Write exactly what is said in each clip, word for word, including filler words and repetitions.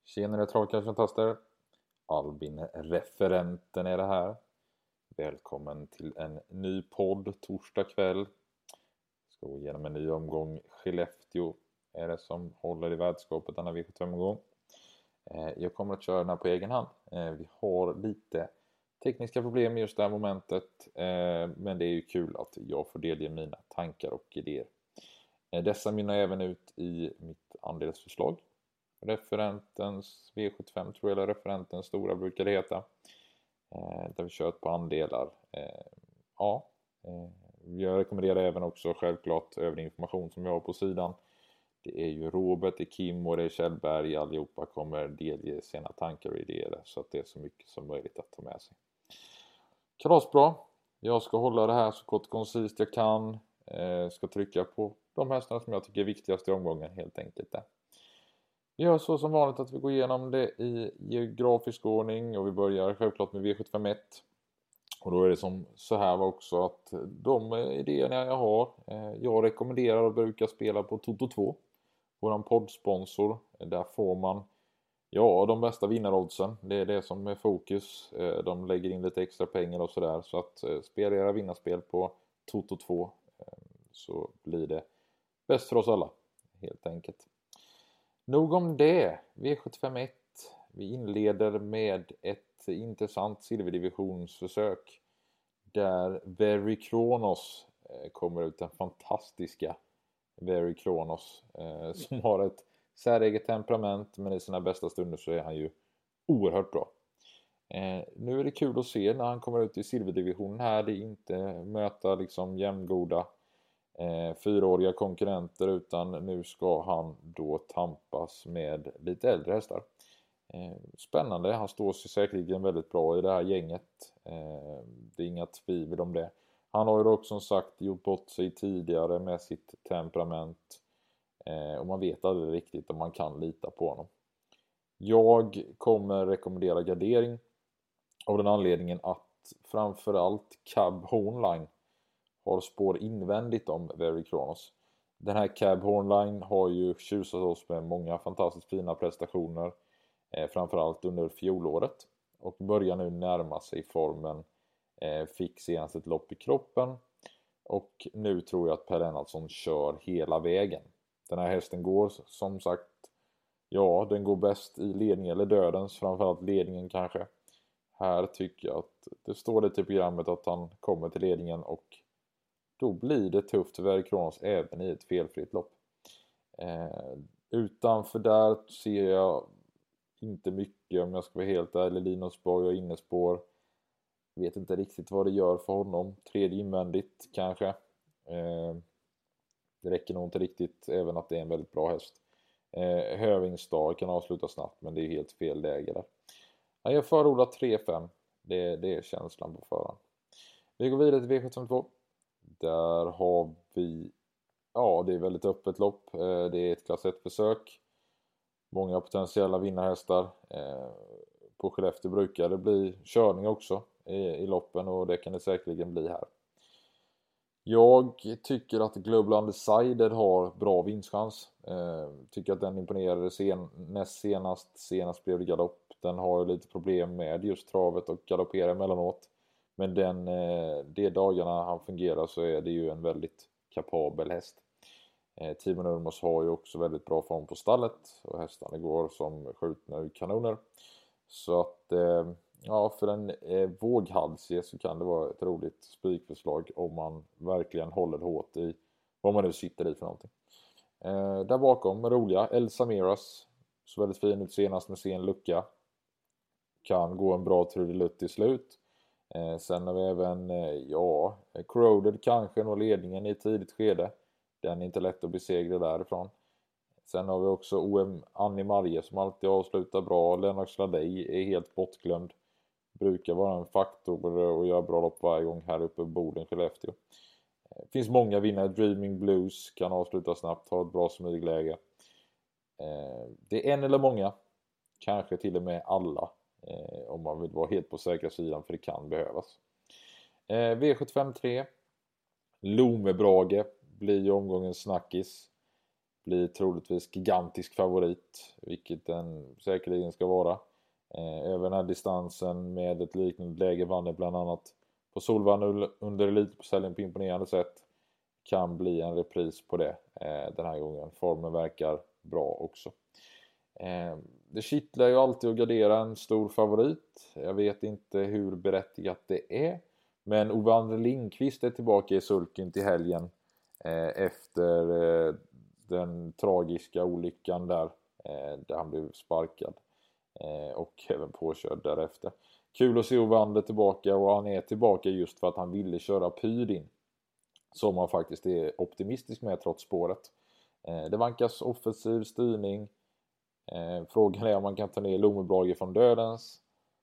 Tjenare trollkarlsfantaster. Albin referenten är det här. Välkommen till en ny podd torsdag kväll. Ska gå igenom en ny omgång. Skellefteå är det som håller i värdskapet denna V sjuttiofem-omgång. Jag kommer att köra den här på egen hand. Vi har lite tekniska problem i just det här momentet. Men det är ju kul att jag får delge mina tankar och idéer. Dessa mynnar även ut i mitt andelsförslag. Referentens V sjuttiofem tror jag, eller referentens stora brukar det heta. Eh, där vi kör ett par andelar. Eh, ja, eh, jag rekommenderar även också självklart övrig information som jag har på sidan. Det är ju Robert, det är Kim och det är Kjellberg. Allihopa kommer delge sina tankar och idéer så att det är så mycket som möjligt att ta med sig. Kalasbra. Jag ska hålla det här så kort och koncist jag kan. Eh, ska trycka på de hästarna som jag tycker är viktigast i omgången helt enkelt där. Vi gör så som vanligt att vi går igenom det i geografisk ordning och vi börjar självklart med V sjuttiofem ett. Och då är det som så här också att de idéerna jag har, jag rekommenderar och brukar spela på Toto två. Våran poddsponsor, där får man ja, de bästa vinnaroddsen. Det är det som är fokus. De lägger in lite extra pengar och sådär. Så att spela era vinnarspel på Toto två så blir det bäst för oss alla helt enkelt. Nog om det. V sjuttiofem ett. Vi inleder med ett intressant silverdivisionsförsök. Där Very Kronos kommer ut, den fantastiska Very Kronos. Eh, som har ett säreget temperament, men i sina bästa stunder så är han ju oerhört bra. Eh, nu är det kul att se när han kommer ut i silverdivisionen här. Det är inte möta liksom jämngoda Eh, fyraåriga konkurrenter, utan nu ska han då tampas med lite äldre hästar. Eh, spännande, han står sig säkerligen väldigt bra i det här gänget. Eh, det är inga tvivel om det. Han har ju också som sagt gjort bort sig tidigare med sitt temperament. Eh, och man vet aldrig riktigt om man kan lita på honom. Jag kommer rekommendera gardering av den anledningen att framförallt Cab Hornline har spår invändigt om Very Kronos. Den här Cab Hornline har ju tjusat oss med många fantastiskt fina prestationer. Eh, framförallt under fjolåret. Och börjar nu närma sig formen. Eh, fick senast ett lopp i kroppen. Och nu tror jag att Per Lennartsson kör hela vägen. Den här hästen går som sagt. Ja, den går bäst i ledning eller dödens. Framförallt ledningen kanske. Här tycker jag att det står lite i programmet att han kommer till ledningen och då blir det tufft för Very Kronos även i ett felfritt lopp. Eh, utanför där ser jag inte mycket, om jag ska vara helt ärlig. Linus Borg och innespår. Vet inte riktigt vad det gör för honom. Tredje invändigt kanske. Eh, det räcker nog inte riktigt, även att det är en väldigt bra häst. Eh, Hövingstar kan avsluta snabbt, men det är helt fel läge där. Jag förordar tre fem. Det, det är känslan på förhand. Vi går vidare till V sjuttiofem. Där har vi, ja det är väldigt öppet lopp, det är ett klass ett försök. Många potentiella vinnarhästar. På Skellefteå brukar det bli körning också i loppen och det kan det säkerligen bli här. Jag tycker att Global Undecided har bra vinstchans. Tycker att den imponerade sen, näst senast, senast blev det galopp. Den har lite problem med just travet och galoppera emellanåt. Men den, de dagarna han fungerar så är det ju en väldigt kapabel häst. Timo Nurmos har ju också väldigt bra form på stallet. Och hästarna går som skjutna ur kanoner. Så att, ja, för en våghalsig så kan det vara ett roligt spikförslag om man verkligen håller hårt i vad man nu sitter i för någonting. Där bakom, roliga, El Samiras. Så väldigt fin ut senast med sen lucka. Kan gå en bra trudelutt i slut. Eh, sen har vi även, eh, ja, Corroded kanske nog ledningen i ett tidigt skede. Den är inte lätt att besegra därifrån. Sen har vi också O M Annie Marje som alltid avslutar bra. Lennox Ladej är helt bortglömd. Brukar vara en faktor och göra bra lopp varje gång här uppe på Boden, Skellefteå. Eh, finns många vinnare. Dreaming Blues kan avsluta snabbt, ha ett bra smygläge. Eh, det är en eller många. Kanske till och med alla. Eh, om man vill vara helt på säkra sidan, för det kan behövas. eh, V sjuttiofem tre Lome Brage blir ju omgångens snackis. blir troligtvis gigantisk favorit, vilket den säkerligen ska vara. Eh, över den här distansen med ett liknande läge vann det bland annat på Solvalla under Elitloppshelgen på imponerande sätt. Kan bli en repris på det eh, den här gången. Formen verkar bra också. Eh, det kittlar ju alltid att gardera en stor favorit. Jag vet inte hur berättigat det är. Men Ove Lindqvist är tillbaka i sulken till helgen. Eh, efter eh, den tragiska olyckan där. Eh, där han blev sparkad. Eh, och även påkörd därefter. Kul att se Ove tillbaka, och han är tillbaka just för att han ville köra Pydin. Som han faktiskt är optimistisk med trots spåret. Eh, det vankas offensiv styrning. Eh, frågan är om man kan ta ner Lomebrage från dödens.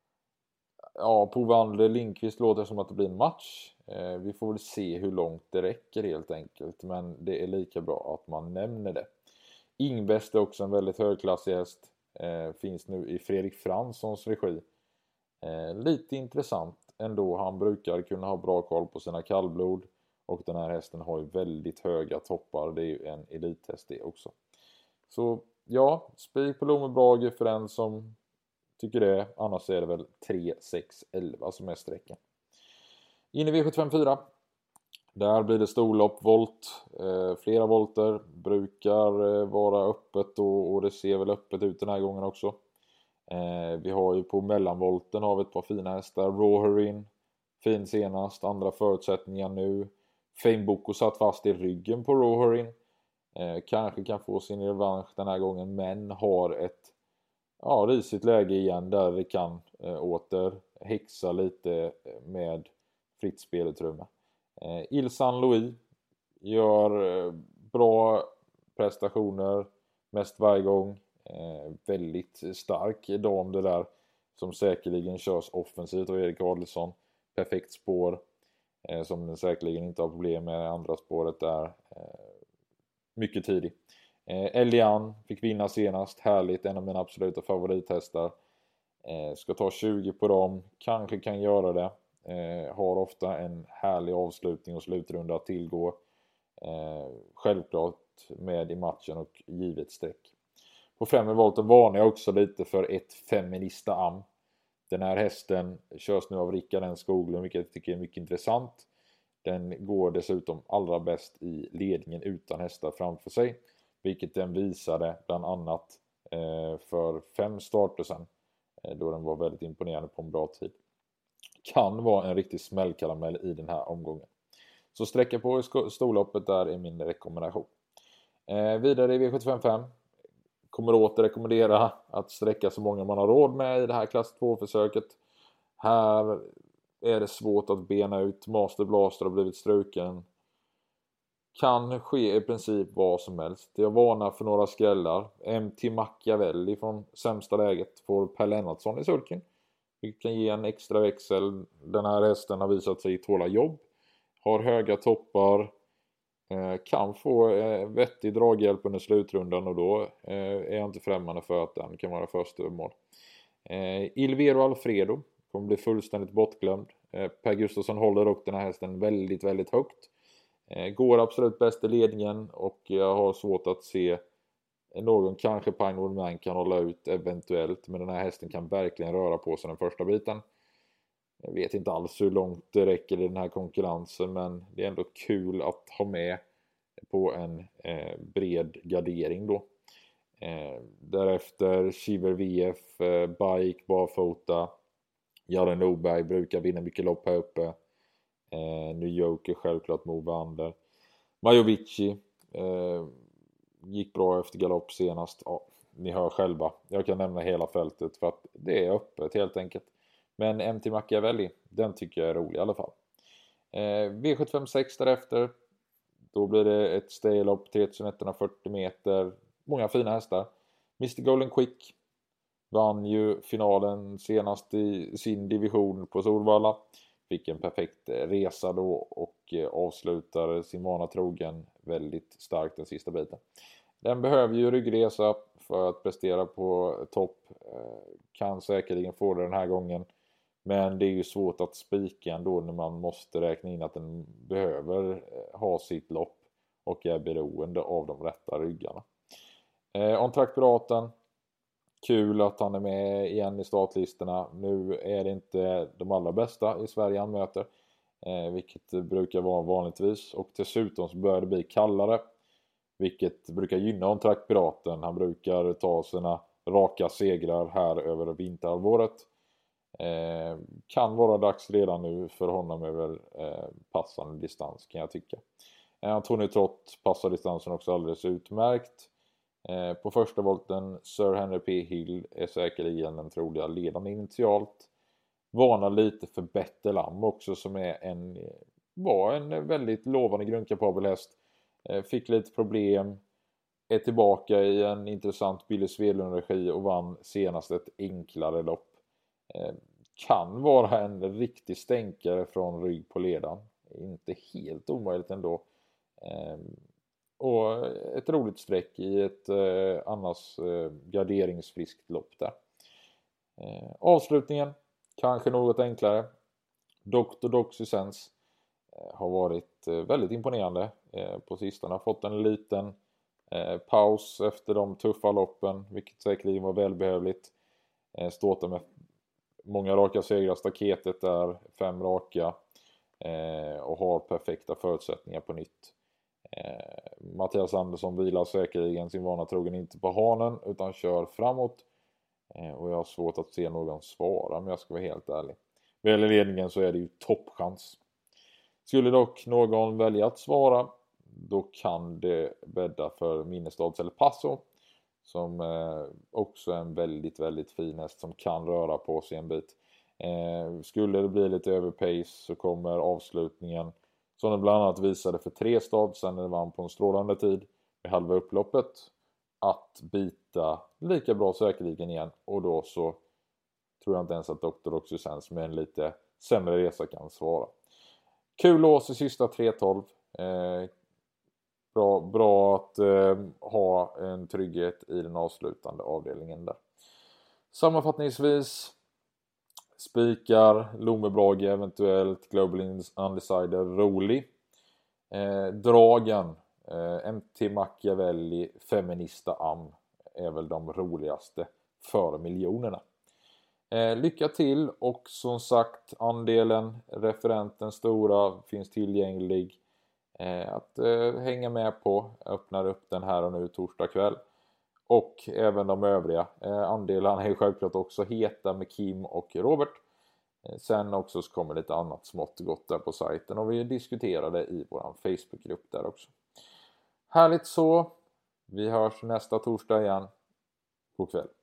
Ja, på Ove Lindqvist låter det som att det blir en match. Eh, vi får väl se hur långt det räcker helt enkelt. Men det är lika bra att man nämner det. Ingbest är också en väldigt högklassig häst. Eh, finns nu i Fredrik Franssons regi. Eh, lite intressant ändå. Han brukar kunna ha bra koll på sina kallblod. Och den här hästen har ju väldigt höga toppar. Det är ju en elithäst det också. Så ja, spik på Lomebrage för den som tycker det. Annars är det väl tre, sex, elva som är sträckan. In i V sjuttiofem fyra. Där blir det storlopp, volt. Eh, flera volter. Brukar eh, vara öppet och, och det ser väl öppet ut den här gången också. Eh, vi har ju på mellanvolten har vi ett par fina hästar. Roharin. Fin senast. Andra förutsättningar nu. Fame Boko satt fast i ryggen på Roharin. Eh, kanske kan få sin revansch den här gången. Men har ett ja, risigt läge igen där det kan eh, åter häxa lite med fritt spelutrymme. Eh, Il San Louis gör eh, bra prestationer mest varje gång. Eh, väldigt stark dam det där, som säkerligen körs offensivt av Erik Adelsson. Perfekt spår eh, som den säkerligen inte har problem med. Andra spåret där eh, mycket tidigt. Eh, Elian fick vinna senast. Härligt, en av mina absoluta favorithästar. Eh, ska ta tjugo på dem. Kanske kan göra det. Eh, har ofta en härlig avslutning och slutrunda att tillgå. Eh, självklart med i matchen och givet streck. På främre volten varnar jag också lite för ett Feminista Am. Den här hästen körs nu av Rickard N. Skoglund, vilket jag tycker är mycket intressant. Den går dessutom allra bäst i ledningen utan hästar framför sig. Vilket den visade bland annat eh, för fem starter sedan. Eh, då den var väldigt imponerande på en bra tid. Kan vara en riktig smällkaramell i den här omgången. Så sträcka på i storloppet där är min rekommendation. Eh, vidare i V sjuttiofem fem. Kommer åter rekommendera att sträcka så många man har råd med i det här klass två-försöket. Här är det svårt att bena ut. Master Blaster har blivit struken. Kan ske i princip vad som helst. Jag varnar för några skrällar. M T Machiavelli från sämsta läget får Per Lennartsson i sulken. Vi kan ge en extra växel. Den här hästen har visat sig tåla jobb. Har höga toppar. Eh, kan få eh, vettig draghjälp under slutrundan. Och då eh, är jag inte främmande för att den kan vara först över mål. Eh, Ilvero Alfredo kommer bli fullständigt bortglömd. Eh, Per Gustafsson håller dock den här hästen väldigt, väldigt högt. Eh, går absolut bäst i ledningen. Och jag har svårt att se någon, kanske Pinewood Man kan hålla ut eventuellt. Men den här hästen kan verkligen röra på sig den första biten. Jag vet inte alls hur långt det räcker i den här konkurrensen. Men det är ändå kul att ha med på en eh, bred gardering då. Eh, därefter Shiver V F, eh, Bike, Barfota. Jarre Norberg brukar vinna mycket lopp här uppe. Eh, New Joker självklart med Ove Ander. Majovici eh, gick bra efter galopp senast. Ja, ni hör själva. Jag kan nämna hela fältet för att det är öppet helt enkelt. Men M T Machiavelli, den tycker jag är rolig i alla fall. Eh, V sjuttiofem sex därefter. Då blir det ett staylopp, tre tusen etthundrafyrtio meter. Många fina hästar. mister Golden Quick vann ju finalen senast i sin division på Solvalla. Fick en perfekt resa då och avslutade sin vana trogen väldigt starkt den sista biten. Den behöver ju ryggresa för att prestera på topp. Kan säkerligen få det den här gången. Men det är ju svårt att spika ändå när man måste räkna in att den behöver ha sitt lopp och är beroende av de rätta ryggarna. Eh, On Track Piraten. Kul att han är med igen i startlistorna. Nu är det inte de allra bästa i Sverige han möter. Eh, vilket brukar vara vanligtvis. Och dessutom så börjar det bli kallare. Vilket brukar gynna On Track Piraten. Han brukar ta sina raka segrar här över vinterhalvåret. Eh, kan vara dags redan nu för honom över eh, passande distans kan jag tycka. Eh, Antonio Trott passar distansen också alldeles utmärkt. Eh, på första volten Sir Henry P. Hill är säkerligen den troliga ledaren initialt. Varnar lite för Bettelam också som är en, var en väldigt lovande grundkapabel häst. Eh, fick lite problem. Är tillbaka i en intressant Billy Svedlund-regi och vann senast ett enklare lopp. Eh, kan vara en riktig stänkare från rygg på ledan. Inte helt omöjligt ändå. Eh, och ett roligt streck i ett eh, annars eh, garderingsfriskt lopp där. Eh, avslutningen kanske något enklare. doktor Doxysens eh, har varit eh, väldigt imponerande eh, på sistone. Har fått en liten eh, paus efter de tuffa loppen, vilket säkerligen var välbehövligt. Eh, Stått med många raka segrar, staketet där, fem raka eh, och har perfekta förutsättningar på nytt. Eh, Mattias Andersson vilar säkerligen sin vana trogen inte på hanen utan kör framåt. Eh, och jag har svårt att se någon svara om jag ska vara helt ärlig. Väl i ledningen så är det ju toppchans. Skulle dock någon välja att svara, då kan det bädda för Minnestads El Paso. Som eh, också är en väldigt, väldigt fin häst som kan röra på sig en bit. Eh, skulle det bli lite överpace så kommer avslutningen, som den bland annat visade för tre stad sen när det vann på en strålande tid i halva upploppet, att bita lika bra säkerligen igen. Och då så tror jag inte ens att doktor Oxysens med en lite sämre resa kan svara. Kul lås i sista tre tolv. Eh, bra, bra att eh, ha en trygghet i den avslutande avdelningen där. Sammanfattningsvis. Spikar, Lomebrage eventuellt, Global Undecided, rolig. Eh, dragen, eh, M T Machiavelli, Feminista Am är väl de roligaste för miljonerna. Eh, lycka till och som sagt andelen, referenten stora finns tillgänglig eh, att eh, hänga med på. Öppnar upp den här och nu torsdag kväll. Och även de övriga eh, andelarna är självklart också heta med Kim och Robert. Eh, sen också så kommer lite annat smått gott där på sajten och vi diskuterade i vår Facebookgrupp där också. Härligt så. Vi hörs nästa torsdag igen. God kväll.